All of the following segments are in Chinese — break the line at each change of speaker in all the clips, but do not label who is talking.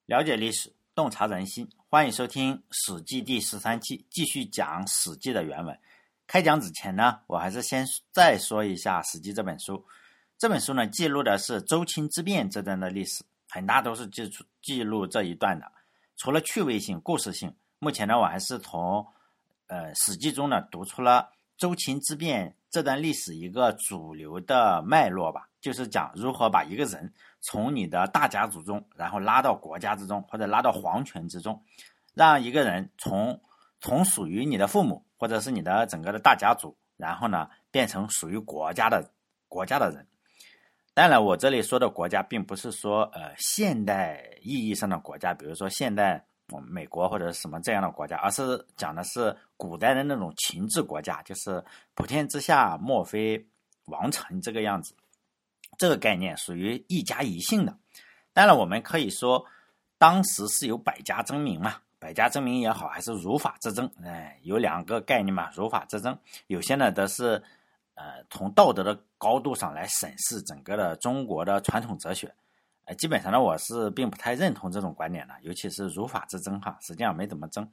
了解历史，洞察人心，欢迎收听《史记》第13期，继续讲《史记》的原文。开讲之前呢，我还是先再说一下《史记》这本书。这本书呢，记录的是周秦之变这段的历史，很大都是记录这一段的。除了趣味性、故事性，目前呢，我还是从史记中呢读出了周秦之变这段历史一个主流的脉络吧，就是讲如何把一个人从你的大家族中，然后拉到国家之中，或者拉到皇权之中，让一个人从属于你的父母或者是你的整个的大家族，然后呢变成属于国家的人。当然我这里说的国家并不是说现代意义上的国家，比如说现代我们美国或者什么这样的国家，而是讲的是古代的那种秦制国家，就是普天之下莫非王臣这个样子。这个概念属于一家一姓的。当然我们可以说当时是有百家争鸣嘛，百家争鸣也好，还是儒法之争，有两个概念嘛，儒法之争。有些呢都是从道德的高度上来审视整个的中国的传统哲学。基本上呢我是并不太认同这种观点的，尤其是儒法之争哈，实际上没怎么争。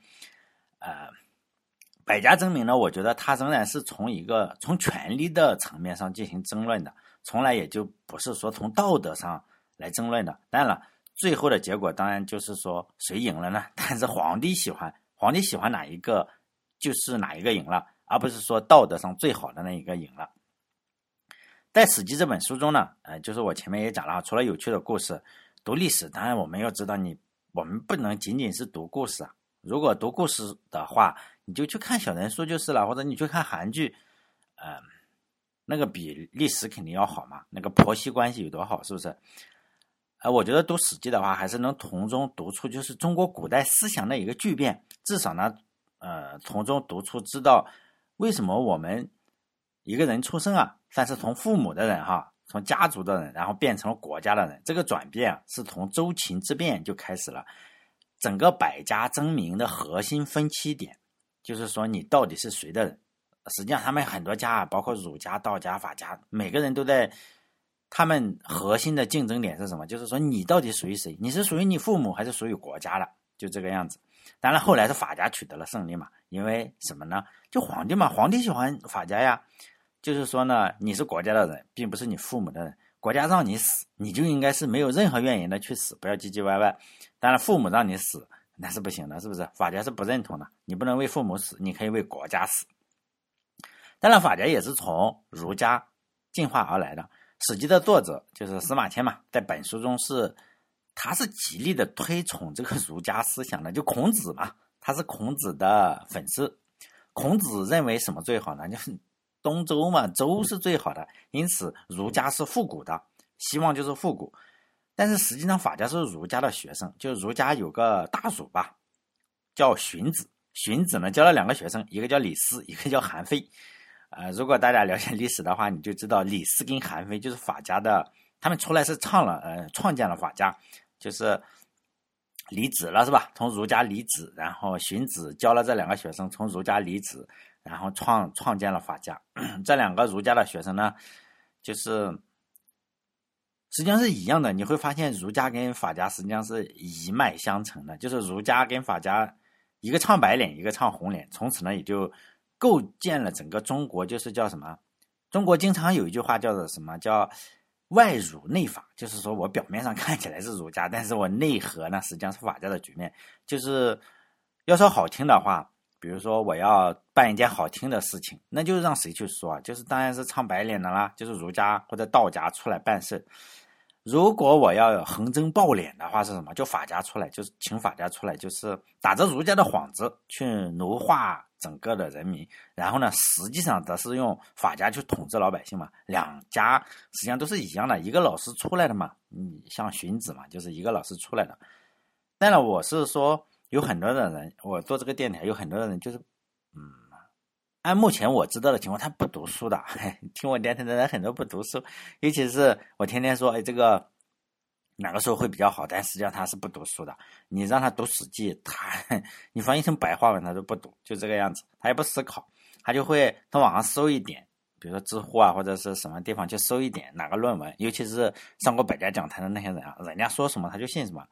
百家争鸣呢，我觉得它仍然是从权力的层面上进行争论的，从来也就不是说从道德上来争论的。当然了，最后的结果当然就是说谁赢了呢？但是皇帝喜欢哪一个就是哪一个赢了，而不是说道德上最好的那一个赢了。在《史记》这本书中呢，就是我前面也讲了，除了有趣的故事，读历史，当然我们要知道我们不能仅仅是读故事啊。如果读故事的话，你就去看小人书就是了，或者你去看韩剧，那个比历史肯定要好嘛，那个婆媳关系有多好，是不是？我觉得读《史记》的话，还是能从中读出就是中国古代思想的一个巨变，至少呢，从中读出知道为什么我们一个人出生啊，但是从父母的人哈，从家族的人，然后变成了国家的人，这个转变是从周秦之变就开始了。整个百家争鸣的核心分歧点，就是说你到底是谁的人。实际上他们很多家，包括儒家、道家、法家，每个人都在他们核心的竞争点是什么？就是说你到底属于谁？你是属于你父母还是属于国家的？就这个样子。当然后来是法家取得了胜利嘛，因为什么呢？就皇帝嘛，皇帝喜欢法家呀。就是说呢，你是国家的人，并不是你父母的人。国家让你死，你就应该是没有任何怨言的去死，不要唧唧歪歪。当然父母让你死那是不行的，是不是？法家是不认同的，你不能为父母死，你可以为国家死。当然法家也是从儒家进化而来的。史记的作者就是司马迁嘛，在本书中他是极力的推崇这个儒家思想的，就孔子嘛，他是孔子的粉丝。孔子认为什么最好呢？就是东周嘛，周是最好的，因此儒家是复古的，希望就是复古。但是实际上法家是儒家的学生，就儒家有个大儒吧，叫荀子。荀子呢教了两个学生，一个叫李斯，一个叫韩非。如果大家了解历史的话，你就知道李斯跟韩非就是法家的，他们出来是创建了法家，就是离子了是吧？从儒家离子，然后荀子教了这两个学生从儒家离子，然后创建了法家。这两个儒家的学生呢，就是实际上是一样的，你会发现儒家跟法家实际上是一脉相承的，就是儒家跟法家一个唱白脸，一个唱红脸，从此呢也就构建了整个中国，就是叫什么？中国经常有一句话叫做什么？叫外儒内法，就是说我表面上看起来是儒家，但是我内核呢实际上是法家的局面。就是要说好听的话，比如说我要办一件好听的事情，那就是让谁去说啊？就是当然是唱白脸的啦，就是儒家或者道家出来办事。如果我要横征暴敛的话是什么？就法家出来，就是请法家出来，就是打着儒家的幌子去奴化整个的人民，然后呢实际上则是用法家去统治老百姓嘛。两家实际上都是一样的，一个老师出来的嘛，像荀子嘛，就是一个老师出来的。当然我是说有很多的人，我做这个电台有很多的人就是按目前我知道的情况，他不读书的。听我电台的人很多不读书，尤其是我天天说，这个哪个时候会比较好，但实际上他是不读书的。你让他读史记，你翻译成白话文他都不读，就这个样子，他也不思考，他就会从网上搜一点，比如说知乎啊或者是什么地方去搜一点哪个论文，尤其是上过百家讲坛的那些人啊，人家说什么他就信什么。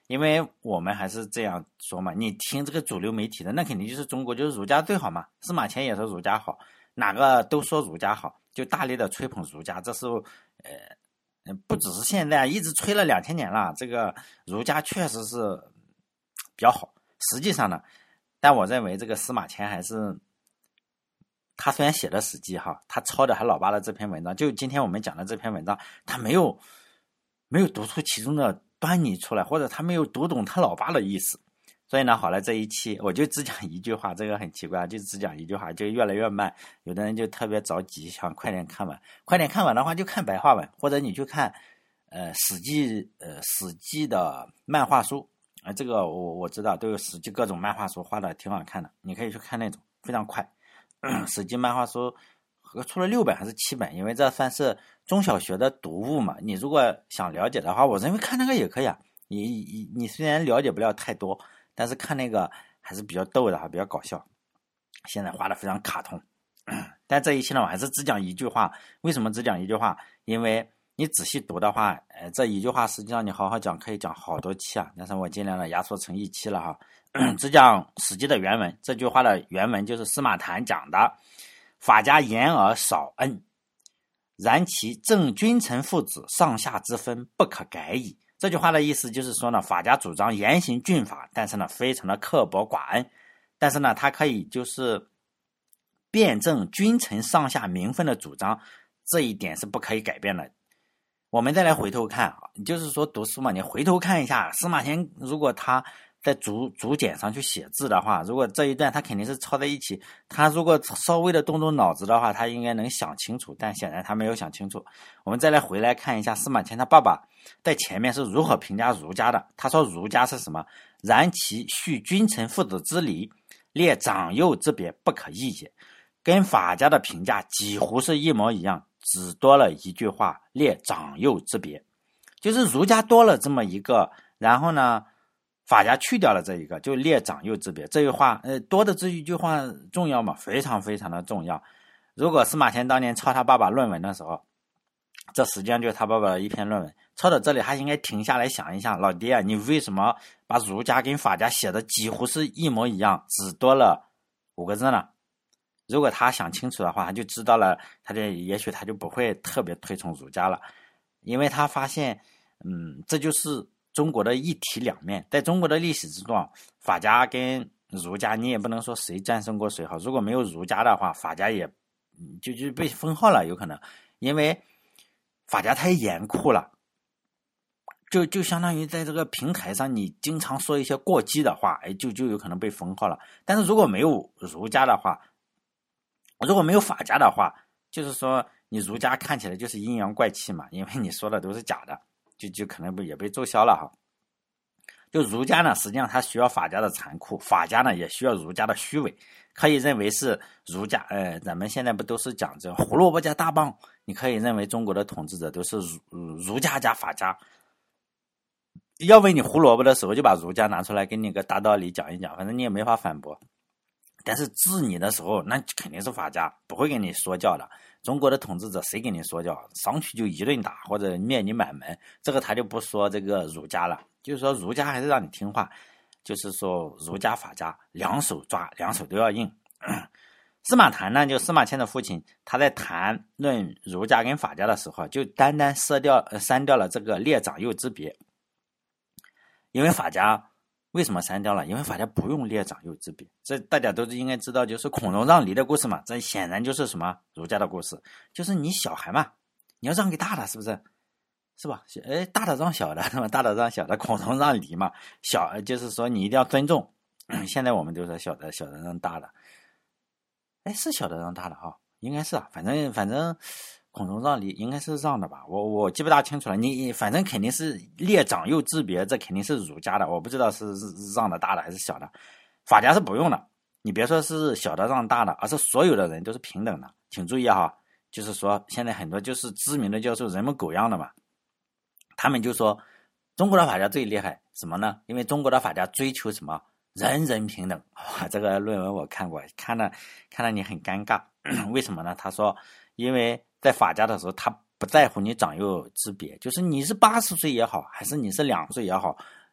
因为我们还是这样说嘛，你听这个主流媒体的，那肯定就是中国就是儒家最好嘛，司马迁也说儒家好，哪个都说儒家好，就大力的吹捧儒家，这是不只是现在，一直吹了2000年了，这个儒家确实是比较好。实际上呢，但我认为这个司马迁还是，他虽然写的《史记》哈，他抄的还老八的这篇文章，就今天我们讲的这篇文章，他没有读出其中的端倪出来，或者他没有读懂他老八的意思。所以呢，好了，这一期我就只讲一句话，这个很奇怪，就只讲一句话，就越来越慢。有的人就特别着急，想快点看完，快点看完的话就看白话文，或者你去看史记的漫画书这个我知道都有史记各种漫画书画的挺好看的，你可以去看那种，非常快。史记漫画书出了6本还是7本，因为这算是中小学的读物嘛。你如果想了解的话，我认为看那个也可以啊。你虽然了解不了太多，但是看那个还是比较逗的，比较搞笑。现在画的非常卡通，但这一期呢，我还是只讲一句话。为什么只讲一句话？因为你仔细读的话，这一句话实际上你好好讲可以讲好多期啊。但是我尽量的压缩成1期了哈。只讲《史记》的原文，这句话的原文就是司马谈讲的：法家严而少恩，然其正君臣父子上下之分不可改矣。这句话的意思就是说呢，法家主张严刑峻法，但是呢非常的刻薄寡恩，但是呢他可以就是辩证君臣上下名分的主张，这一点是不可以改变的。我们再来回头看，就是说读书嘛，你回头看一下司马迁，如果他在竹简上去写字的话，如果这一段他肯定是抄在一起，他如果稍微的动动脑子的话，他应该能想清楚，但显然他没有想清楚。我们再来回来看一下司马迁他爸爸在前面是如何评价儒家的。他说儒家是什么？然其续君臣父子之礼，列长幼之别，不可异也。跟法家的评价几乎是一模一样，只多了一句话，列长幼之别。就是儒家多了这么一个，然后呢法家去掉了这一个，就列长幼之别。这句话多的这一句话重要吗？非常非常的重要。如果司马迁当年抄他爸爸论文的时候，这实际上就是他爸爸的一篇论文，抄到这里他应该停下来想一想，老爹啊，你为什么把儒家跟法家写的几乎是一模一样，只多了5个字呢？如果他想清楚的话，他就知道了，也许他就不会特别推崇儒家了。因为他发现这就是中国的一体两面。在中国的历史之中，法家跟儒家你也不能说谁战胜过谁好，如果没有儒家的话，法家也就被封号了，有可能。因为法家太严酷了，就相当于在这个平台上你经常说一些过激的话，就有可能被封号了。但是如果没有儒家的话，如果没有法家的话，就是说你儒家看起来就是阴阳怪气嘛，因为你说的都是假的，就可能也被奏销了哈。就儒家呢，实际上它需要法家的残酷，法家呢也需要儒家的虚伪，可以认为是儒家。咱们现在不都是讲这胡萝卜加大棒？你可以认为中国的统治者都是儒家加法家。要问你胡萝卜的时候，就把儒家拿出来跟你个大道理讲一讲，反正你也没法反驳。但是治你的时候，那肯定是法家，不会跟你说教的。中国的统治者谁给你说教？上去就一顿打或者灭你满门，这个他就不说这个儒家了。就是说儒家还是让你听话，就是说儒家法家两手抓，两手都要硬。司马谈呢，就司马迁的父亲，他在谈论儒家跟法家的时候，就单单删掉了这个列长幼之别。因为法家为什么删掉了？因为法家不用列长幼之别，这大家都应该知道，就是孔融让梨的故事嘛。这显然就是什么儒家的故事，就是你小孩嘛，你要让给大的，是不是？是吧？大的让小的，是吧？大的让小的，孔融让梨嘛。小就是说你一定要尊重。现在我们都说小的让大的，是小的让大的哈，应该是啊，反正。孔融让梨应该是让的吧，我记不大清楚了。你反正肯定是列长幼之别，这肯定是儒家的，我不知道是让的大的还是小的。法家是不用的，你别说是小的让大的，而是所有的人都是平等的。请注意哈，就是说现在很多就是知名的教授人模狗样的嘛，他们就说中国的法家最厉害什么呢？因为中国的法家追求什么？人人平等。这个论文我看过，看了你很尴尬。为什么呢？他说因为在法家的时候，他不在乎你长幼之别，就是你是80岁也好，还是你是2岁也好，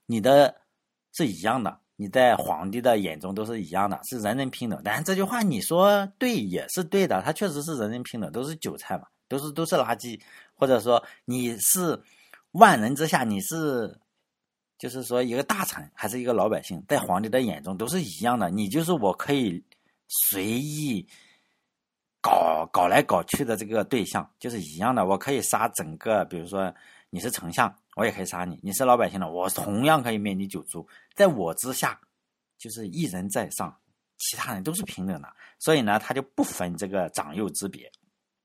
你的是一样的，你在皇帝的眼中都是一样的，是人人平等。但是这句话你说对也是对的，他确实是人人平等，都是韭菜嘛，都是垃圾，或者说你是万人之下，你是就是说一个大臣还是一个老百姓，在皇帝的眼中都是一样的，你就是我可以随意搞来搞去的这个对象，就是一样的，我可以杀整个，比如说你是丞相，我也可以杀你；你是老百姓的，我同样可以灭你九族，在我之下就是一人在上，其他人都是平等的。所以呢，他就不分这个长幼之别。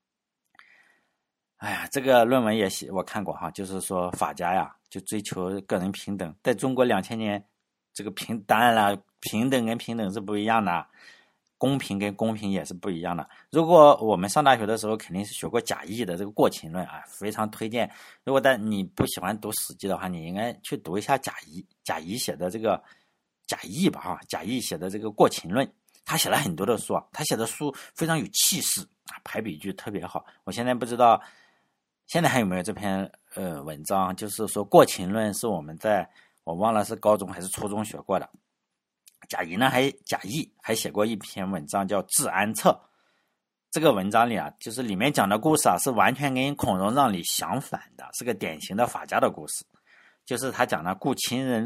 哎呀，这个论文也写我看过哈，就是说法家呀就追求个人平等，在中国2000年这个当然了，平等跟平等是不一样的。公平跟公平也是不一样的。如果我们上大学的时候肯定是学过贾谊的这个《过秦论》啊，非常推荐。如果你不喜欢读《史记》的话，你应该去读一下贾谊写的这个贾谊吧哈，贾谊写的这个《过秦论》，他写了很多的书啊，他写的书非常有气势啊，排比句特别好。我现在不知道现在还有没有这篇文章，就是说《过秦论》是我忘了是高中还是初中学过的。贾谊还写过一篇文章叫《治安策》，这个文章里啊，就是里面讲的故事啊，是完全跟孔融让梨相反的，是个典型的法家的故事。就是他讲的故秦人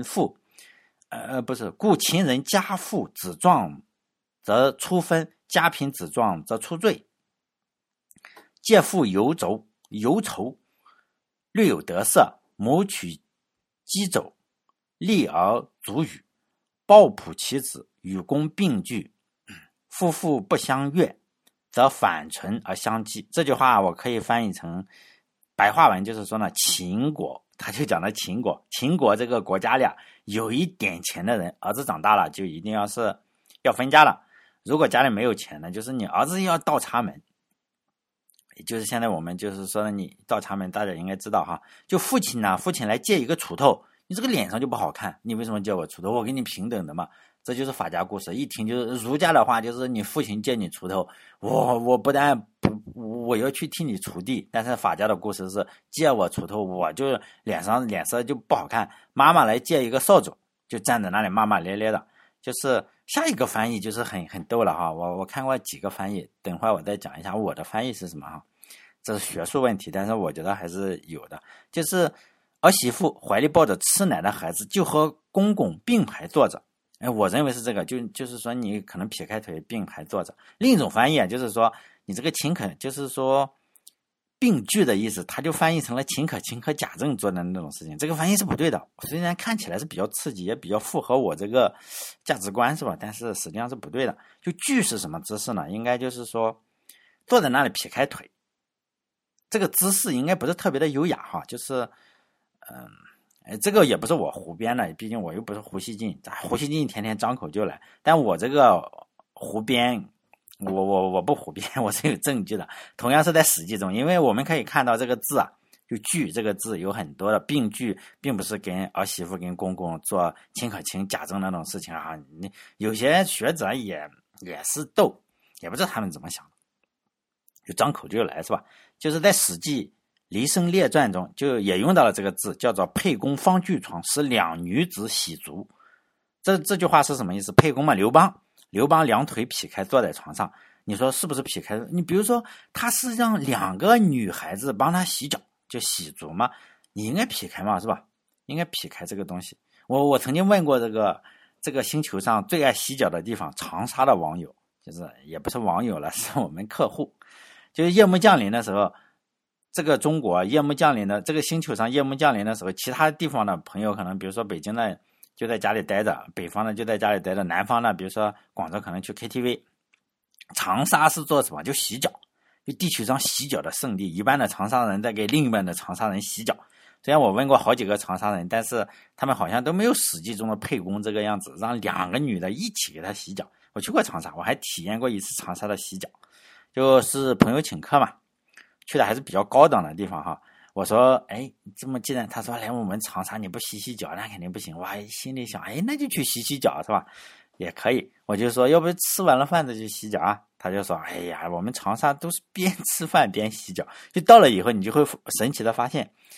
家富子壮则出分，家贫子壮则出罪。借富游仇，略有得色，谋取击走，利而足与。抱朴其子，与公并举，夫妇不相悦，则反唇而相讥。这句话我可以翻译成白话文，就是说呢，秦国，他就讲了秦国这个国家里有一点钱的人，儿子长大了就一定要分家了。如果家里没有钱呢，就是你儿子要倒插门。也就是现在我们就是说你倒插门，大家应该知道哈。就父亲来借一个锄头，你这个脸上就不好看，你为什么借我锄头？我跟你平等的嘛。这就是法家故事，一听就是儒家的话，就是你父亲借你锄头，我不但我要去替你锄地，但是法家的故事是借我锄头，我就脸色就不好看。妈妈来借一个扫帚，就站在那里骂骂咧咧的。就是下一个翻译就是很逗了哈，我看过几个翻译，等会儿我再讲一下我的翻译是什么哈。这是学术问题，但是我觉得还是有的。就是儿媳妇怀里抱着吃奶的孩子，就和公公并排坐着。我认为是这个，就是说你可能撇开腿并排坐着。另一种翻译就是说你这个秦可，就是说并句的意思，它就翻译成了秦可贾政做的那种事情。这个翻译是不对的，虽然看起来是比较刺激，也比较符合我这个价值观是吧？但是实际上是不对的。就句是什么姿势呢？应该就是说坐在那里撇开腿，这个姿势应该不是特别的优雅哈，就是这个也不是我胡编的，毕竟我又不是胡锡进天天张口就来。但我这个胡编，我不胡编，我是有证据的。同样是在《史记》中，因为我们可以看到这个字啊，就句这个字有很多的并句，并不是跟儿媳妇跟公公做秦可贾政那种事情啊。有些学者也是逗，也不知道他们怎么想的，就张口就来是吧？就是在《史记·离生列传》中就也用到了这个字，叫做沛公方据床，使两女子洗足。这句话是什么意思？沛公嘛，刘邦两腿劈开坐在床上，你说是不是劈开？你比如说他是让2个女孩子帮他洗脚，就洗足嘛，你应该劈开嘛，是吧？应该劈开这个东西。我曾经问过这个星球上最爱洗脚的地方，长沙的网友，就是也不是网友了，是我们客户。就是夜幕降临的时候，这个中国夜幕降临的这个星球上夜幕降临的时候，其他地方的朋友可能比如说北京的就在家里待着，北方的就在家里待着，南方的比如说广州可能去 KTV， 长沙是做什么？就洗脚，就地球上洗脚的圣地，一半的长沙人在给另一半的长沙人洗脚。虽然我问过好几个长沙人，但是他们好像都没有史记中的沛公这个样子，让2个女的一起给他洗脚。我去过长沙，我还体验过一次长沙的洗脚，就是朋友请客嘛，去的还是比较高档的地方哈。我说这么既然他说来我们长沙你不洗洗脚那肯定不行，我还心里想那就去洗洗脚是吧，也可以。我就说要不吃完了饭再去洗脚啊，他就说我们长沙都是边吃饭边洗脚。就到了以后你就会神奇的发现，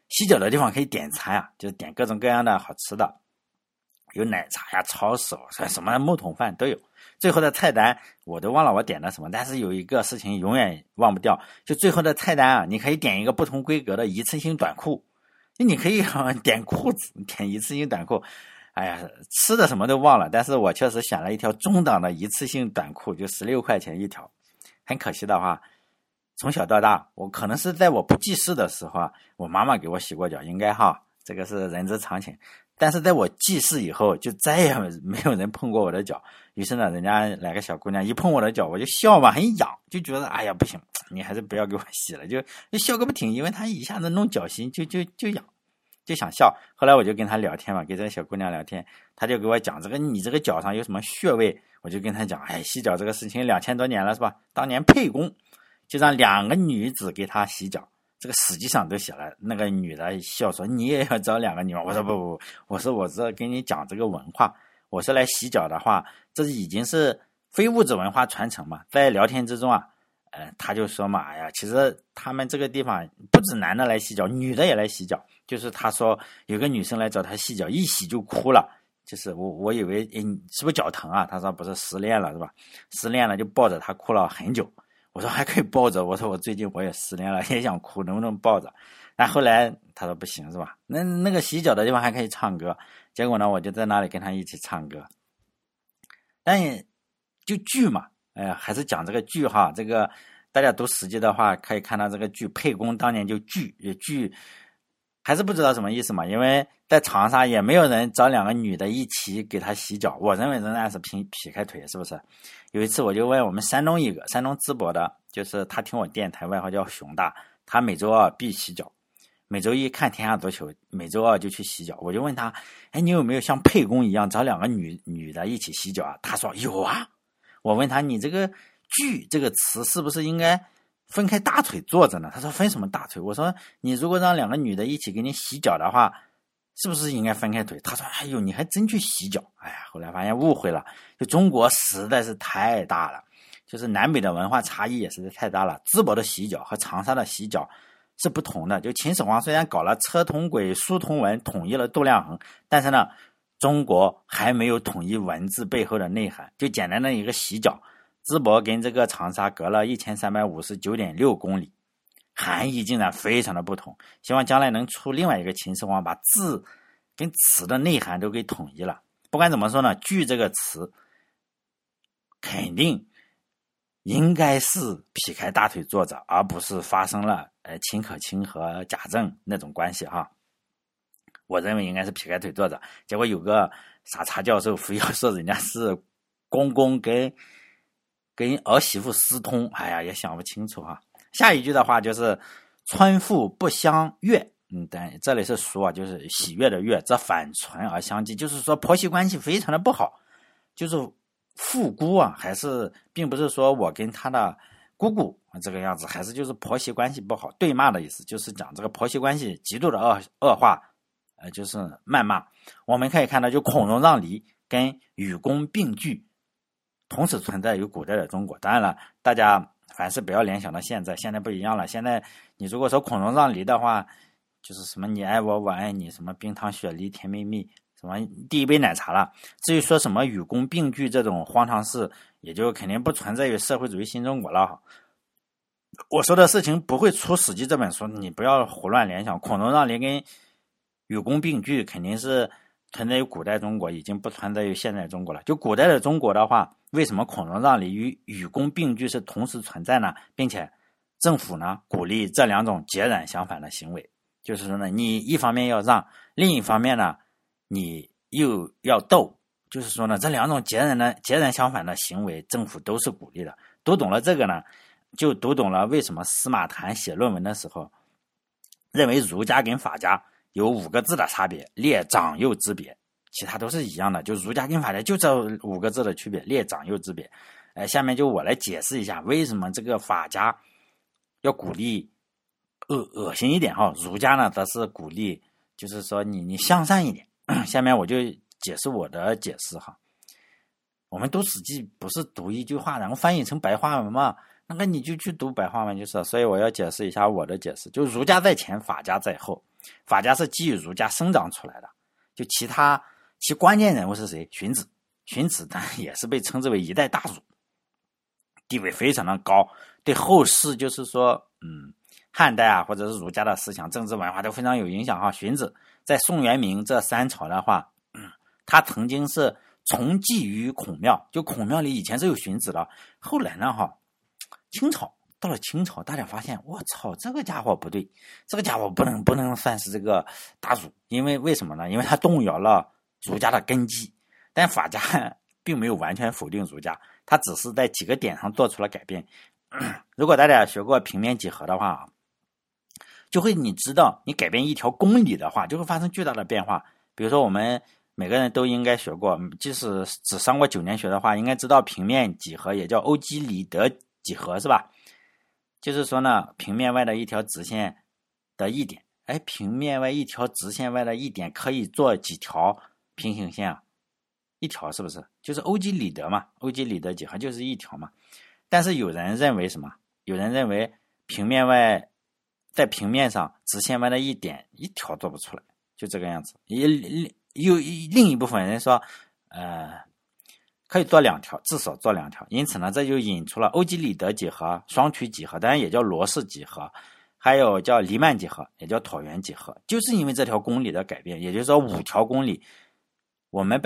洗脚的地方可以点餐啊，就是点各种各样的好吃的，有奶茶呀、抄手什么木桶饭都有。最后的菜单我都忘了我点的什么，但是有一个事情永远忘不掉，就最后的菜单啊，你可以点一个不同规格的一次性短裤，你可以点裤子，点一次性短裤。哎呀，吃的什么都忘了，但是我确实选了一条中档的一次性短裤，就16块钱一条。很可惜的话，从小到大，我可能是在我不记事的时候啊，我妈妈给我洗过脚，应该哈，这个是人之常情。但是在我记事以后，就再也没有人碰过我的脚。于是呢，人家来个小姑娘一碰我的脚，我就笑嘛，很痒，就觉得哎呀不行，你还是不要给我洗了，就笑个不停，因为她一下子弄脚心就痒，就想笑。后来我就跟她聊天嘛，跟这个小姑娘聊天，她就给我讲这个你这个脚上有什么穴位，我就跟她讲，哎，洗脚这个事情2000多年了是吧？当年沛公就让2个女子给他洗脚。这个实际上都写了，那个女的笑说你也要找2个女儿。我说不，我说我是跟你讲这个文化，我是来洗脚的话，这已经是非物质文化传承嘛。在聊天之中啊，他就说嘛，哎呀，其实他们这个地方不止男的来洗脚，女的也来洗脚。就是他说有个女生来找他洗脚，一洗就哭了。就是我以为是不是脚疼啊？他说不是，失恋了是吧？失恋了就抱着他哭了很久。我说还可以抱着，我说我最近我也失恋了，也想哭，能不能抱着？但后来他说不行是吧？那个洗脚的地方还可以唱歌，结果呢，我就在那里跟他一起唱歌。但也就剧嘛，还是讲这个剧哈，这个大家读史记的话，可以看到这个剧，沛公当年就剧，还是不知道什么意思嘛，因为在长沙也没有人找2个女的一起给他洗脚，我认为仍然是劈开腿，是不是？有一次我就问我们山东淄博的，就是他听我电台，外号叫熊大，他每周2必洗脚，每周1看天下足球，每周2就去洗脚。我就问他，哎，你有没有像沛公一样找2个女的一起洗脚啊？他说有啊。我问他，你这个剧这个词是不是应该分开大腿坐着呢？他说分什么大腿？我说你如果让2个女的一起给你洗脚的话，是不是应该分开腿？他说哎呦，你还真去洗脚。哎呀，后来发现误会了，就中国实在是太大了，就是南北的文化差异也实在太大了。淄博的洗脚和长沙的洗脚是不同的。就秦始皇虽然搞了车同轨书同文，统一了度量衡，但是呢，中国还没有统一文字背后的内涵。就简单的一个洗脚，淄博跟这个长沙隔了1359.6公里，含义竟然非常的不同。希望将来能出另外一个秦始皇，把字跟词的内涵都给统一了。不管怎么说呢，剧这个词肯定应该是劈开大腿坐着，而不是发生了秦可卿和贾政那种关系哈。我认为应该是劈开腿坐着，结果有个傻叉教授非要说人家是公公跟儿媳妇私通，哎呀也想不清楚哈。下一句的话就是川父不相悦，但这里是说啊，就是喜悦的悦，则反唇而相忌，就是说婆媳关系非常的不好。就是父姑啊，还是并不是说我跟他的姑姑这个样子，还是就是婆媳关系不好，对骂的意思，就是讲这个婆媳关系极度的恶化，就是谩骂。我们可以看到，就孔融让梨跟与公并举同时存在于古代的中国。当然了，大家凡事不要联想到现在不一样了。现在你如果说孔融让梨的话，就是什么你爱我我爱你，什么冰糖雪梨甜蜜蜜，什么第一杯奶茶了。至于说什么与公并举这种荒唐事，也就肯定不存在于社会主义新中国了。我说的事情不会出《史记》这本书，你不要胡乱联想。孔融让梨跟与公并举肯定是存在于古代中国，已经不存在于现代中国了。就古代的中国的话，为什么孔融让梨与公并举是同时存在呢？并且政府呢鼓励这2种截然相反的行为，就是说呢，你一方面要让，另一方面呢你又要斗，就是说呢，这2种截然相反的行为，政府都是鼓励的。读懂了这个呢，就读懂了为什么司马谈写论文的时候认为儒家跟法家有5个字的差别，列长幼之别，其他都是一样的，就儒家跟法家就这5个字的区别，列长幼之别。下面就我来解释一下为什么这个法家要鼓励恶心一点哈，儒家呢则是鼓励就是说你向善一点。下面我就解释我的解释哈。我们读史记不是读一句话然后翻译成白话文嘛，那个你就去读白话文就是。所以我要解释一下我的解释，就儒家在前，法家在后。 法家是基于儒家生长出来的。就其关键人物是谁？荀子。荀子当然也是被称之为一代大儒，地位非常的高，对后世就是说汉代啊或者是儒家的思想政治文化都非常有影响哈。荀子在宋元明这三朝的话，他曾经是从祭于孔庙，就孔庙里以前是有荀子的，后来呢到了清朝，大家发现我操，这个家伙不对，这个家伙不能算是这个大儒，因为什么呢？因为他动摇了儒家的根基。但法家并没有完全否定儒家，他只是在几个点上做出了改变。如果大家学过平面几何的话，就会你知道你改变一条公理的话就会发生巨大的变化。比如说我们每个人都应该学过，即使只上过9年学的话，应该知道平面几何也叫欧几里得几何是吧？就是说呢，平面外的一条直线的一点，平面外一条直线外的一点可以做几条平行线啊？一条是不是？就是欧几里得嘛，欧几里得几何就是一条嘛。但是有人认为什么？有人认为平面外在平面上直线外的一点一条做不出来，就这个样子。有另一部分人说可以做2条，至少做2条。因此呢，这就引出了欧几里得几何、双曲几何，当然也叫罗氏几何，还有叫黎曼几何，也叫椭圆几何。就是因为这条公理的改变，也就是说5条公理我们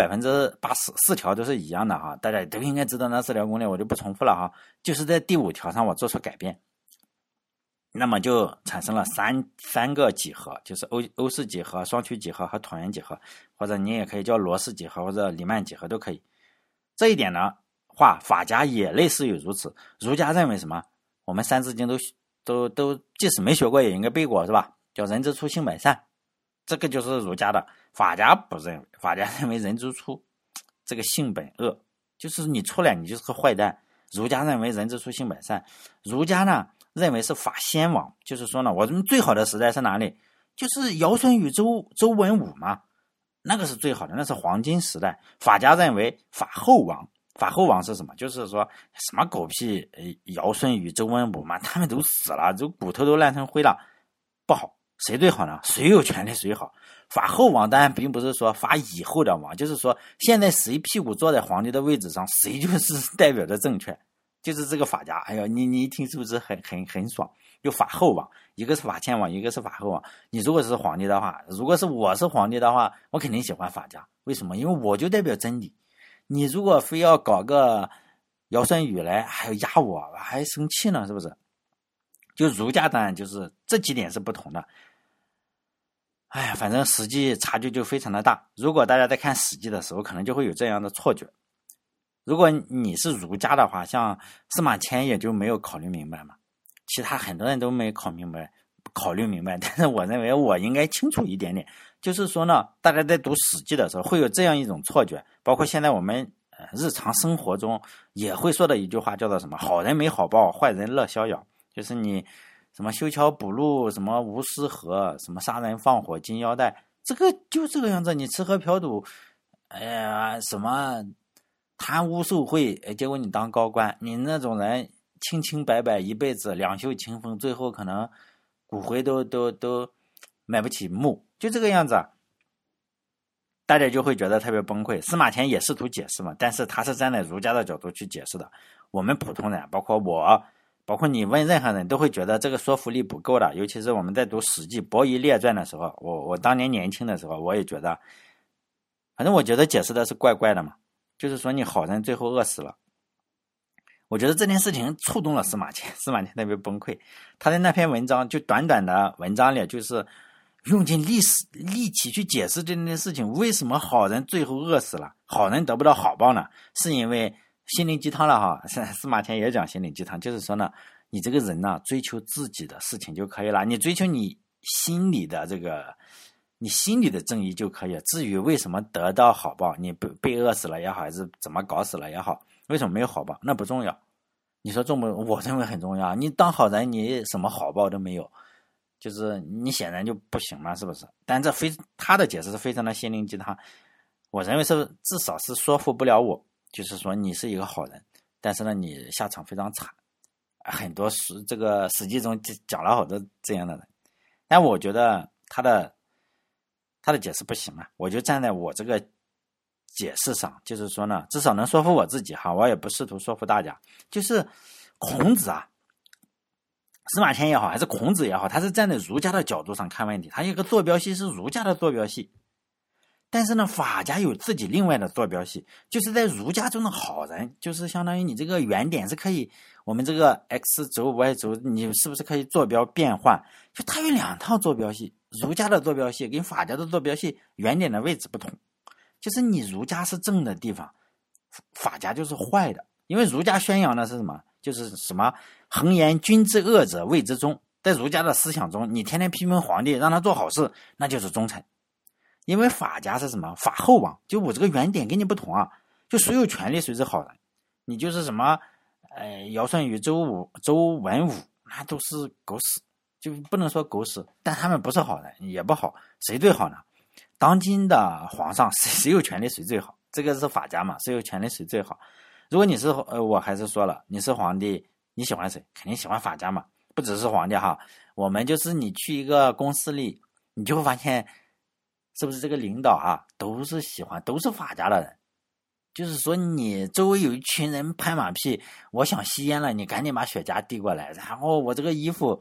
84%条都是一样的哈，大家都应该知道那4条公理，我就不重复了哈。就是在第5条上我做出改变，那么就产生了三个几何，就是欧式几何、双曲几何和椭圆几何，或者你也可以叫罗氏几何或者黎曼几何都可以。这一点呢话，法家也类似于如此。儒家认为什么？我们三字经都即使没学过也应该背过是吧？叫人之初性本善，这个就是儒家的。法家不认为，法家认为人之初这个性本恶，就是你出来你就是个坏蛋。儒家认为人之初性本善，儒家呢认为是法先王，就是说呢，我们最好的时代是哪里？就是尧舜禹周文武嘛，那个是最好的，那是黄金时代。法家认为法后王，法后王是什么？就是说什么狗屁尧舜禹周文武嘛，他们都死了，这骨头都烂成灰了，不好。谁最好呢？谁有权利谁好。法后王当然并不是说法以后的王，就是说现在谁屁股坐在皇帝的位置上，谁就是代表着正确，就是这个法家。哎呦，你一听是不是很爽？有法后王，一个是法前王，一个是法后王。你如果是皇帝的话，如果是我是皇帝的话，我肯定喜欢法家。为什么？因为我就代表真理。你如果非要搞个尧舜禹来，还要压我，还生气呢，是不是？就儒家当然就是这几点是不同的。哎呀，反正史记差距就非常的大。如果大家在看史记的时候，可能就会有这样的错觉。如果你是儒家的话，像司马迁也就没有考虑明白嘛，其他很多人都没考虑明白。但是我认为我应该清楚一点点，就是说呢，大家在读史记的时候会有这样一种错觉，包括现在我们日常生活中也会说的一句话叫做什么？好人没好报，坏人乐逍遥。就是你什么修桥补路，什么无私河，什么杀人放火金腰带，这个就这个样子。你吃喝嫖赌，什么贪污受贿，结果你当高官，你那种人清清白白一辈子两袖清风，最后可能骨灰都买不起墓，就这个样子。大家就会觉得特别崩溃。司马迁也试图解释嘛，但是他是站在儒家的角度去解释的。我们普通人，包括我，包括你问任何人都会觉得这个说服力不够的。尤其是我们在读史记伯夷列传的时候，我当年年轻的时候，我也觉得，反正我觉得解释的是怪怪的嘛，就是说你好人最后饿死了。我觉得这件事情触动了司马迁，司马迁特别崩溃。他在那篇文章就短短的文章里，就是用尽力气去解释这件事情，为什么好人最后饿死了，好人得不到好报呢？是因为心灵鸡汤了哈，司马迁也讲心灵鸡汤，就是说呢，你这个人呢，追求自己的事情就可以了，你追求你心里的正义就可以了。至于为什么得到好报，你被饿死了也好，还是怎么搞死了也好，为什么没有好报，那不重要。你说重不？我认为很重要。你当好人，你什么好报都没有，就是你显然就不行嘛，是不是？但他的解释是非常的心灵鸡汤，我认为是至少是说服不了我。就是说你是一个好人，但是呢你下场非常惨，很多这个史记中讲了好多这样的人。但我觉得他的解释不行啊，我就站在我这个解释上，就是说呢，至少能说服我自己哈，我也不试图说服大家。就是孔子啊，司马迁也好，还是孔子也好，他是站在儒家的角度上看问题，他一个坐标系是儒家的坐标系。但是呢，法家有自己另外的坐标系，就是在儒家中的好人，就是相当于你这个原点是可以，我们这个 x 轴 y 轴，你是不是可以坐标变换？就它有两套坐标系，儒家的坐标系跟法家的坐标系原点的位置不同，就是你儒家是正的地方，法家就是坏的，因为儒家宣扬的是什么？就是什么恒言君之恶者谓之忠，在儒家的思想中，你天天批评皇帝，让他做好事，那就是忠臣。因为法家是什么？法后王，就我这个原点跟你不同啊，就所有权利谁是好人，你就是什么，尧舜禹周文武，那都是狗屎，就不能说狗屎，但他们不是好人，也不好，谁最好呢？当今的皇上谁有权利谁最好？这个是法家嘛，谁有权利谁最好？如果你是我还是说了，你是皇帝，你喜欢谁？肯定喜欢法家嘛，不只是皇帝哈，我们就是你去一个公司里，你就会发现。是不是这个领导啊，都是法家的人？就是说，你周围有一群人拍马屁，我想吸烟了，你赶紧把雪茄递过来，然后我这个衣服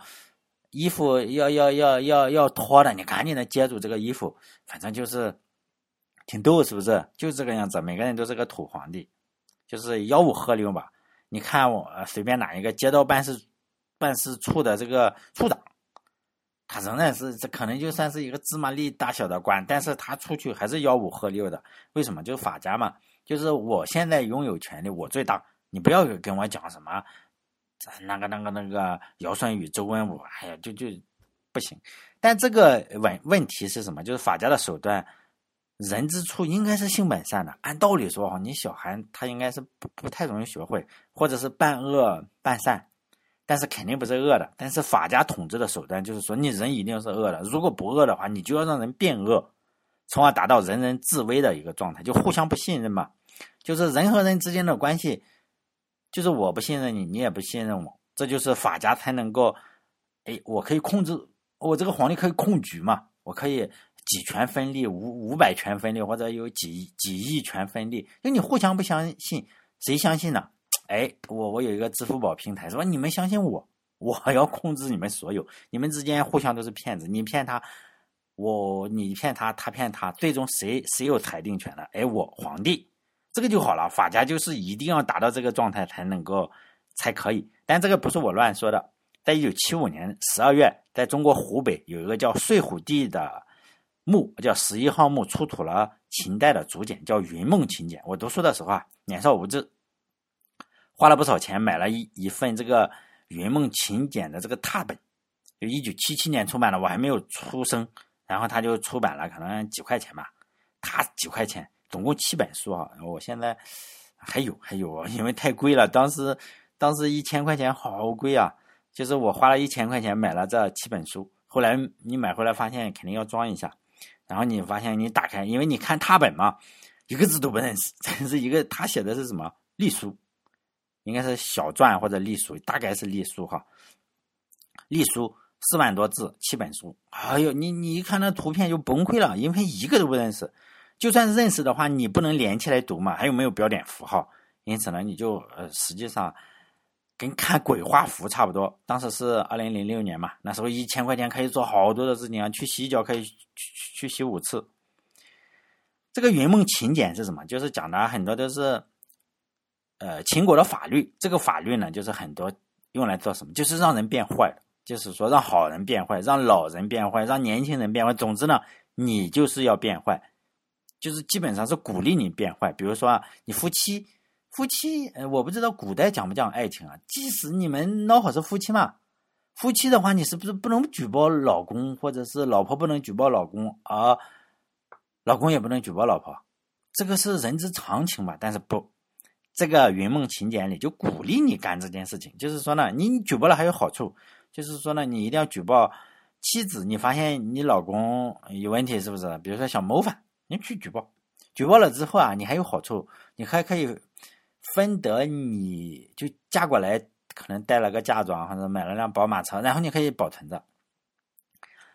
要脱的，你赶紧的接住这个衣服，反正就是挺逗，是不是？就是这个样子，每个人都是个土皇帝，就是吆五喝六吧。你看我随便哪一个街道办事处的这个处长。他仍然是这可能就算是一个芝麻粒大小的官，但是他出去还是吆五喝六的。为什么？就是法家嘛，就是我现在拥有权利，我最大，你不要跟我讲什么那个尧舜禹周文武，哎呀，就不行。但这个问题是什么？就是法家的手段，人之初应该是性本善的。按道理说哈，你小孩他应该是不太容易学会，或者是半恶半善。但是肯定不是恶的，但是法家统治的手段就是说，你人一定是恶的，如果不恶的话，你就要让人变恶，从而达到人人自危的一个状态，就互相不信任嘛。就是人和人之间的关系，就是我不信任你，你也不信任我，这就是法家才能够，我可以控制，我这个皇帝可以控局嘛，我可以几权分立，500权分立，或者有几亿权分立，就你互相不相信，谁相信呢？我有一个支付宝平台，说你们相信我，我要控制你们所有，你们之间互相都是骗子，你骗他，你骗他，他骗他，最终谁有裁定权呢？我皇帝，这个就好了。法家就是一定要达到这个状态才可以，但这个不是我乱说的。在1975年12月，在中国湖北有一个叫睡虎地的墓，叫11号墓，出土了秦代的竹简，叫云梦秦简。我读书的时候啊，年少无知。花了不少钱买了一份这个云梦秦简的这个拓本，就1977年出版的，我还没有出生，然后他就出版了，可能几块钱吧，他几块钱，总共7本书啊，我现在还有，因为太贵了，当时1000块钱好贵啊，就是我花了1000块钱买了这7本书，后来你买回来发现肯定要装一下，然后你发现你打开，因为你看拓本嘛，一个字都不认识，这是一个他写的是什么隶书。应该是小篆或者隶书，大概是隶书哈。隶书4万多字，7本书。哎呦，你一看那图片就崩溃了，因为一个都不认识。就算是认识的话，你不能连起来读嘛，还有没有标点符号？因此呢，你就实际上跟看鬼画符差不多。当时是2006年嘛，那时候1000块钱可以做好多的事情啊，去洗脚可以去洗5次。这个云梦秦简是什么？就是讲的很多都是。秦国的法律，这个法律呢，就是很多用来做什么？就是让人变坏的，就是说让好人变坏，让老人变坏，让年轻人变坏。总之呢，你就是要变坏，就是基本上是鼓励你变坏。比如说啊，你夫妻，我不知道古代讲不讲爱情啊？即使你们孬好是夫妻嘛，夫妻的话，你是不是不能举报老公，或者是老婆不能举报老公，而老公也不能举报老婆？这个是人之常情嘛，但是不。这个云梦秦简里就鼓励你干这件事情，就是说呢，你举报了还有好处，就是说呢，你一定要举报妻子，你发现你老公有问题，是不是？比如说想谋反，你去举报了之后啊，你还有好处，你还可以分得你就嫁过来，可能带了个嫁妆或者买了辆宝马车，然后你可以保存着。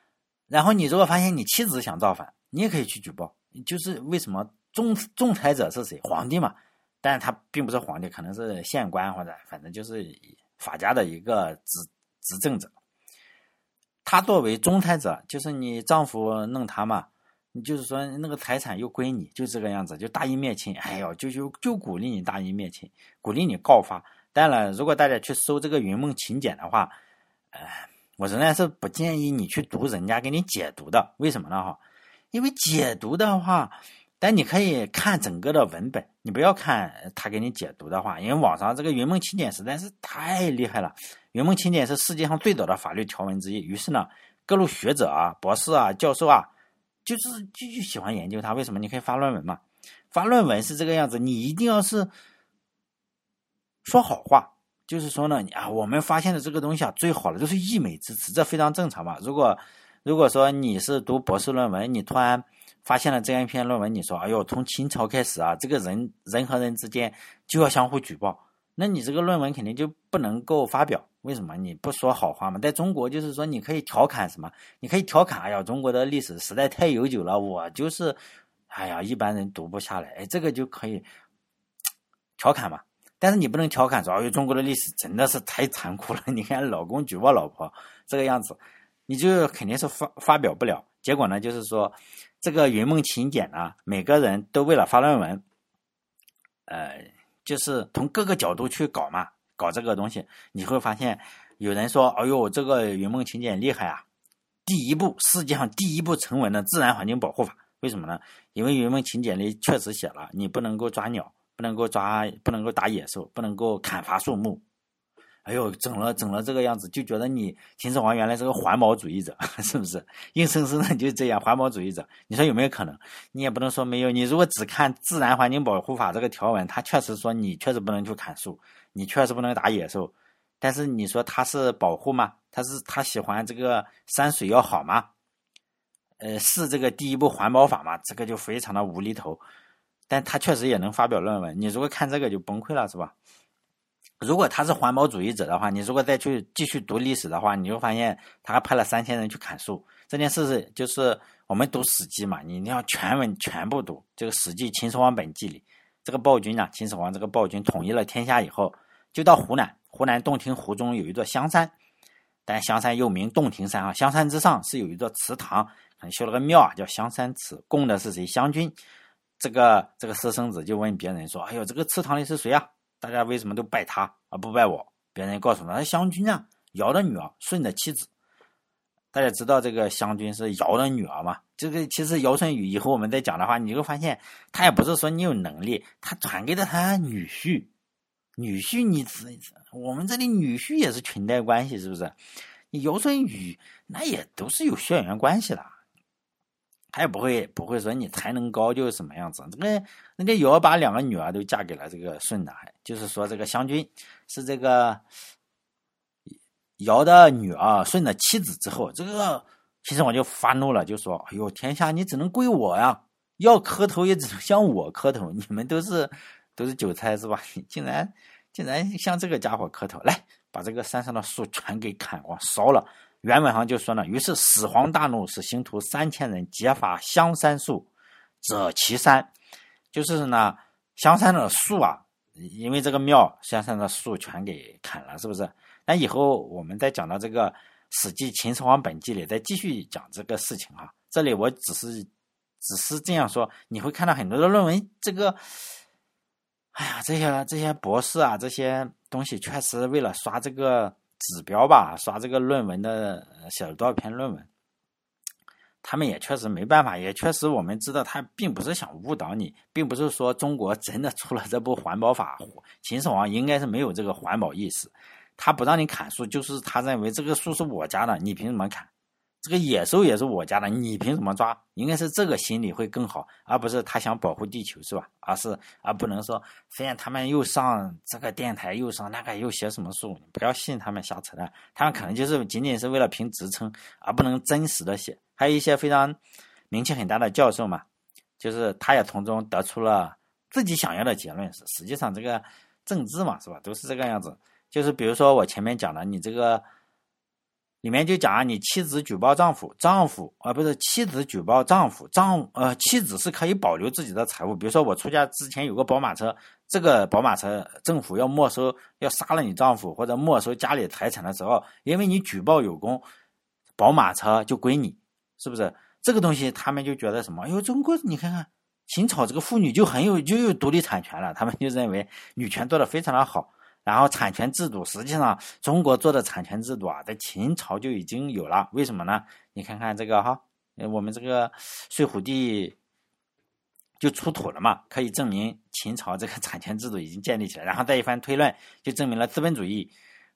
然后你如果发现你妻子想造反，你也可以去举报。就是为什么仲裁者是谁？皇帝嘛，但是他并不是皇帝，可能是县官或者反正就是法家的一个执政者。他作为仲裁者，就是你丈夫弄他嘛，你就是说那个财产又归你，就这个样子，就大义灭亲。哎呦，就鼓励你大义灭亲，鼓励你告发。当然了，如果大家去搜这个云梦秦简的话，我仍然是不建议你去读人家给你解读的。为什么呢？因为解读的话，但你可以看整个的文本，你不要看他给你解读的话，因为网上这个云梦秦简实在是太厉害了。云梦秦简是世界上最早的法律条文之一，于是呢，各路学者啊、博士啊、教授啊，就喜欢研究它。为什么？你可以发论文嘛，发论文是这个样子，你一定要是说好话。就是说呢，我们发现的这个东西啊，最好的都是溢美之词，这非常正常嘛。如果说你是读博士论文，你突然发现了这样一篇论文，你说，哎呦，从秦朝开始啊，这个人和人之间就要相互举报，那你这个论文肯定就不能够发表。为什么？你不说好话嘛。在中国就是说，你可以调侃什么？你可以调侃，哎呀，中国的历史实在太悠久了，我就是，哎呀，一般人读不下来，哎，这个就可以调侃嘛。但是你不能调侃说，哎呦，中国的历史真的是太残酷了，你看老公举报老婆这个样子，你就肯定是发表不了。结果呢，就是说这个云梦秦简呢，每个人都为了发论文，就是从各个角度去搞这个东西。你会发现有人说，哎呦，这个云梦秦简厉害啊，世界上第一部成文的自然环境保护法。为什么呢？因为云梦秦简里确实写了，你不能够抓鸟，不能够打野兽，不能够砍伐树木。哎呦，整了这个样子，就觉得你秦始皇原来是个环保主义者，是不是？硬生生的就这样，环保主义者，你说有没有可能？你也不能说没有。你如果只看自然环境保护法这个条文，他确实说你确实不能去砍树，你确实不能打野兽，但是你说他是保护吗？他喜欢这个山水要好吗？是这个第一部环保法嘛？这个就非常的无厘头。但他确实也能发表论文，你如果看这个就崩溃了，是吧？如果他是环保主义者的话，你如果再去继续读历史的话，你就发现他还派了3000人去砍树。这件事就是我们读史记嘛，你一定要全文全部读。这个史记秦始皇本纪里，这个暴君啊，秦始皇这个暴君统一了天下以后，就到湖南洞庭湖中有一座香山，但香山又名洞庭山啊。香山之上是有一座祠堂，修了个庙啊，叫香山祠，供的是谁？湘君。这个私生子就问别人说，哎呦，这个祠堂里是谁啊？大家为什么都拜他而不拜我？别人告诉他，湘君啊，尧的女儿，舜的妻子。大家知道这个湘君是尧的女儿嘛？这个其实尧舜禹以后我们再讲的话，你会发现他也不是说你有能力，他传给了他女婿。我们这里女婿也是裙带关系，是不是？尧舜禹那也都是有血缘关系的。他也不会说你才能高就是什么样子。这个人家尧把2个女儿都嫁给了这个舜的，就是说这个湘君是这个尧的女儿，舜的妻子之后，这个秦始皇就发怒了，就说：“哎呦，天下你只能归我呀，要磕头也只能向我磕头，你们都是韭菜是吧？你竟然向这个家伙磕头，来把这个山上的树全给砍光烧了。”原文上就说呢，于是始皇大怒，使刑徒3000人截伐香山树，折其山。就是呢，香山的树啊，因为这个庙香山的树全给砍了，是不是？那以后我们再讲到这个《史记·秦始皇本纪》里，再继续讲这个事情啊。这里我只是这样说，你会看到很多的论文，这个，哎呀，这些博士啊，这些东西确实为了刷这个指标吧，刷这个论文的写了多少篇论文，他们也确实没办法，也确实我们知道他并不是想误导你，并不是说中国真的出了这部环保法，秦始皇应该是没有这个环保意识，他不让你砍树，就是他认为这个树是我家的，你凭什么砍？这个野兽也是我家的，你凭什么抓？应该是这个心理会更好，而不是他想保护地球，是吧？而不能说，虽然他们又上这个电台，又上那个，又写什么书，不要信他们瞎扯淡，他们可能就是仅仅是为了评职称，而不能真实的写。还有一些非常名气很大的教授嘛，就是他也从中得出了自己想要的结论。实际上这个政治嘛，是吧？都是这个样子。就是比如说我前面讲的，你这个里面就讲啊，你妻子举报丈夫，不是妻子举报丈夫，妻子是可以保留自己的财物。比如说我出嫁之前有个宝马车，这个宝马车政府要没收，要杀了你丈夫或者没收家里财产的时候，因为你举报有功，宝马车就归你，是不是？这个东西他们就觉得什么？哎呦，中国你看看秦朝这个妇女就有独立产权了，他们就认为女权做得非常的好。然后产权制度，实际上中国做的产权制度啊，在秦朝就已经有了。为什么呢？你看看这个哈，我们这个睡虎地就出土了嘛，可以证明秦朝这个产权制度已经建立起来。然后再一番推论，就证明了资本主义。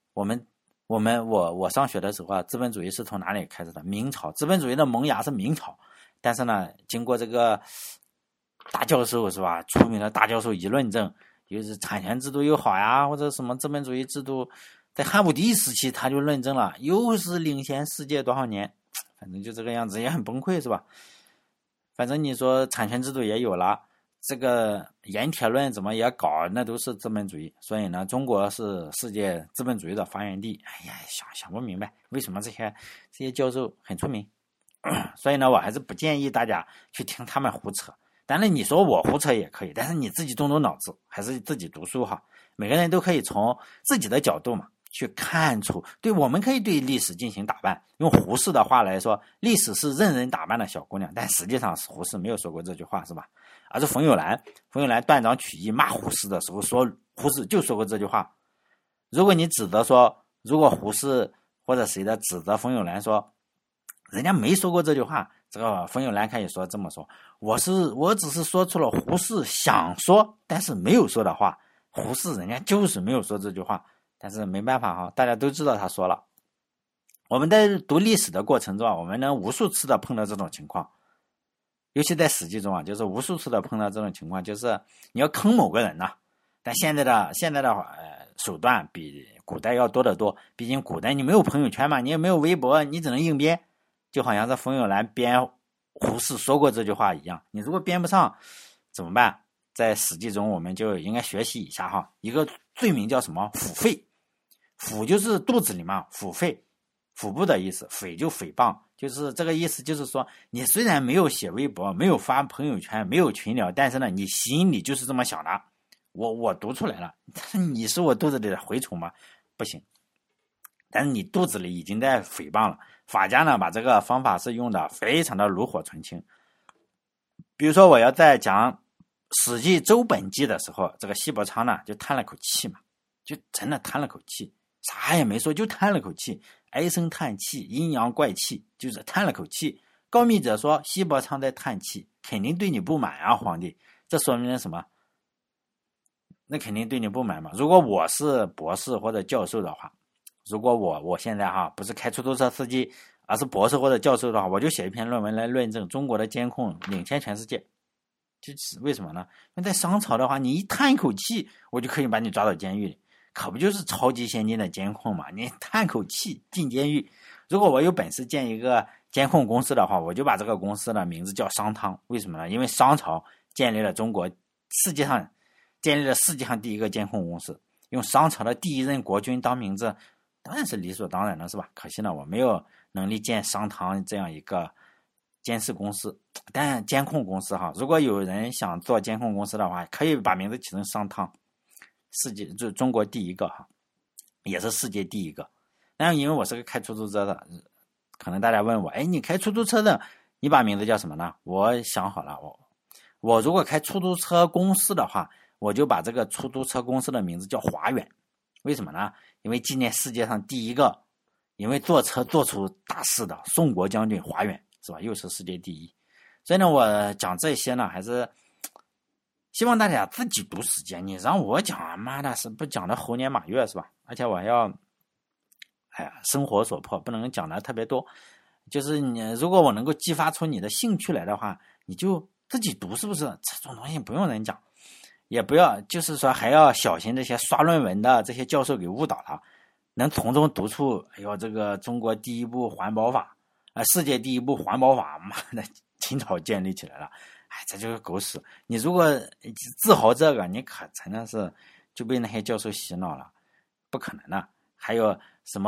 我上学的时候啊，资本主义是从哪里开始的？明朝，资本主义的萌芽是明朝。但是呢，经过这个大教授是吧，出名的大教授一论证。就是产权制度又好呀，或者什么资本主义制度，在汉武帝时期他就论证了，又是领先世界多少年，反正就这个样子，也很崩溃是吧？反正你说产权制度也有了，这个盐铁论怎么也搞，那都是资本主义。所以呢，中国是世界资本主义的发源地。哎呀，想不明白为什么这些教授很出名。所以呢，我还是不建议大家去听他们胡扯。当然你说我胡扯也可以，但是你自己动动脑子，还是自己读书哈。每个人都可以从自己的角度嘛去看出，对，我们可以对历史进行打扮。用胡适的话来说，历史是任人打扮的小姑娘，但实际上胡适没有说过这句话，是吧？而是冯友兰断章取义骂胡适的时候说，胡适就说过这句话。如果你指责说，如果胡适或者谁的指责冯友兰说，人家没说过这句话，这个冯友兰可以说这么说，我只是说出了胡适想说但是没有说的话，胡适人家就是没有说这句话，但是没办法哈，大家都知道他说了。我们在读历史的过程中啊，我们能无数次的碰到这种情况，尤其在史记中啊，就是无数次的碰到这种情况，就是你要坑某个人呐，但现在的手段比古代要多得多，毕竟古代你没有朋友圈嘛，你也没有微博，你只能硬编。就好像是冯友兰编胡适说过这句话一样，你如果编不上怎么办？在史记中我们就应该学习一下哈，一个罪名叫什么？腹诽，腹就是肚子里嘛，腹诽，腹部的意思，诽就诽谤，就是这个意思，就是说你虽然没有写微博，没有发朋友圈，没有群聊，但是呢，你心里就是这么想的。我读出来了，你是我肚子里的蛔虫吗？不行，但是你肚子里已经在诽谤了。法家呢，把这个方法是用的非常的炉火纯青。比如说我要在讲史记周本纪的时候，这个西伯昌呢就叹了口气嘛，就真的叹了口气，啥也没说，就叹了口气，唉声叹气，阴阳怪气，就是叹了口气。告密者说西伯昌在叹气，肯定对你不满啊，皇帝。这说明了什么？那肯定对你不满嘛。如果我是博士或者教授的话，如果我现在哈不是开出租车司机，而是博士或者教授的话，我就写一篇论文来论证中国的监控领先全世界。就是为什么呢？因为在商朝的话，你一叹一口气，我就可以把你抓到监狱里，可不就是超级先进的监控嘛？你叹口气进监狱。如果我有本事建一个监控公司的话，我就把这个公司的名字叫商汤。为什么呢？因为商朝建立了世界上第一个监控公司，用商朝的第一任国君当名字，当然是理所当然的，是吧？可惜呢，我没有能力建商汤这样一个监视公司，但监控公司哈，如果有人想做监控公司的话，可以把名字起成商汤，就中国第一个哈，也是世界第一个。但因为我是个开出租车的，可能大家问我，哎，你开出租车的，你把名字叫什么呢？我想好了，我如果开出租车公司的话，我就把这个出租车公司的名字叫华远。为什么呢？因为纪念世界上第一个因为坐车做出大事的宋国将军华远，是吧？又是世界第一。所以呢，我讲这些呢，还是希望大家自己读史记。你让我讲，妈的是不讲的猴年马月，是吧？而且我还要生活所迫，不能讲的特别多。就是你如果我能够激发出你的兴趣来的话，你就自己读，是不是？这种东西不用人讲，也不要就是说还要小心这些刷论文的这些教授给误导了，能从中读出哎呦这个中国第一部环保法世界第一部环保法，妈的清朝建立起来了，哎，这就是狗屎。你如果自豪这个，你可真的是就被那些教授洗脑了，不可能的。还有什么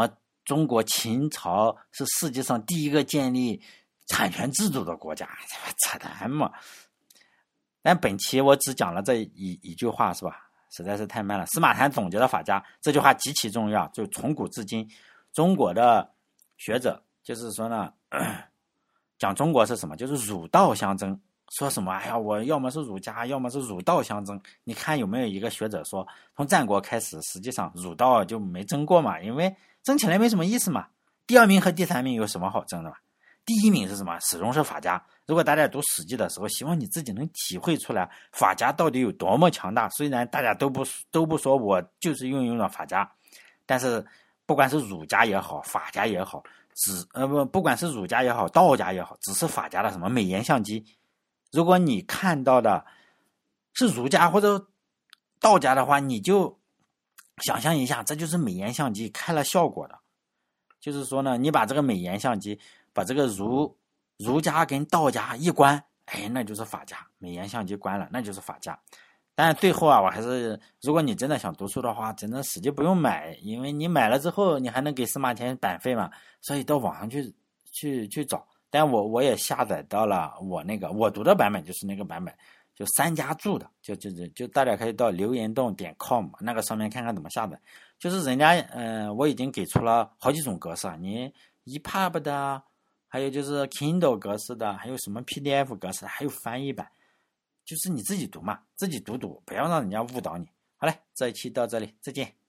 中国秦朝是世界上第一个建立产权制度的国家，扯淡嘛。但本期我只讲了这一句话，是吧？实在是太慢了。司马谈总结的法家这句话极其重要，就从古至今中国的学者就是说呢，讲中国是什么，就是儒道相争，说什么哎呀我要么是儒家要么是儒道相争。你看有没有一个学者说从战国开始实际上儒道就没争过嘛，因为争起来没什么意思嘛。第二名和第三名有什么好争的嘛？第一名是什么？始终是法家。如果大家读史记的时候，希望你自己能体会出来法家到底有多么强大。虽然大家都不说我就是运用了法家，但是不管是儒家也好法家也好，不管是儒家也好道家也好，只是法家的什么美颜相机。如果你看到的是儒家或者道家的话，你就想象一下，这就是美颜相机开了效果的。就是说呢，你把这个美颜相机把这个儒家跟道家一关，哎，那就是法家。美颜相机关了，那就是法家。但是最后啊，我还是，如果你真的想读书的话，真的史记不用买，因为你买了之后，你还能给司马迁版费嘛，所以到网上去找。但我也下载到了我读的版本，就是那个版本，就三家注的，就大家可以到留言洞.com 那个上面看看怎么下载。就是人家我已经给出了好几种格式啊，你 EPUB 的，还有就是 Kindle 格式的，还有什么 PDF 格式的，还有翻译版，就是你自己读嘛，自己读，不要让人家误导你。好嘞，这一期到这里，再见。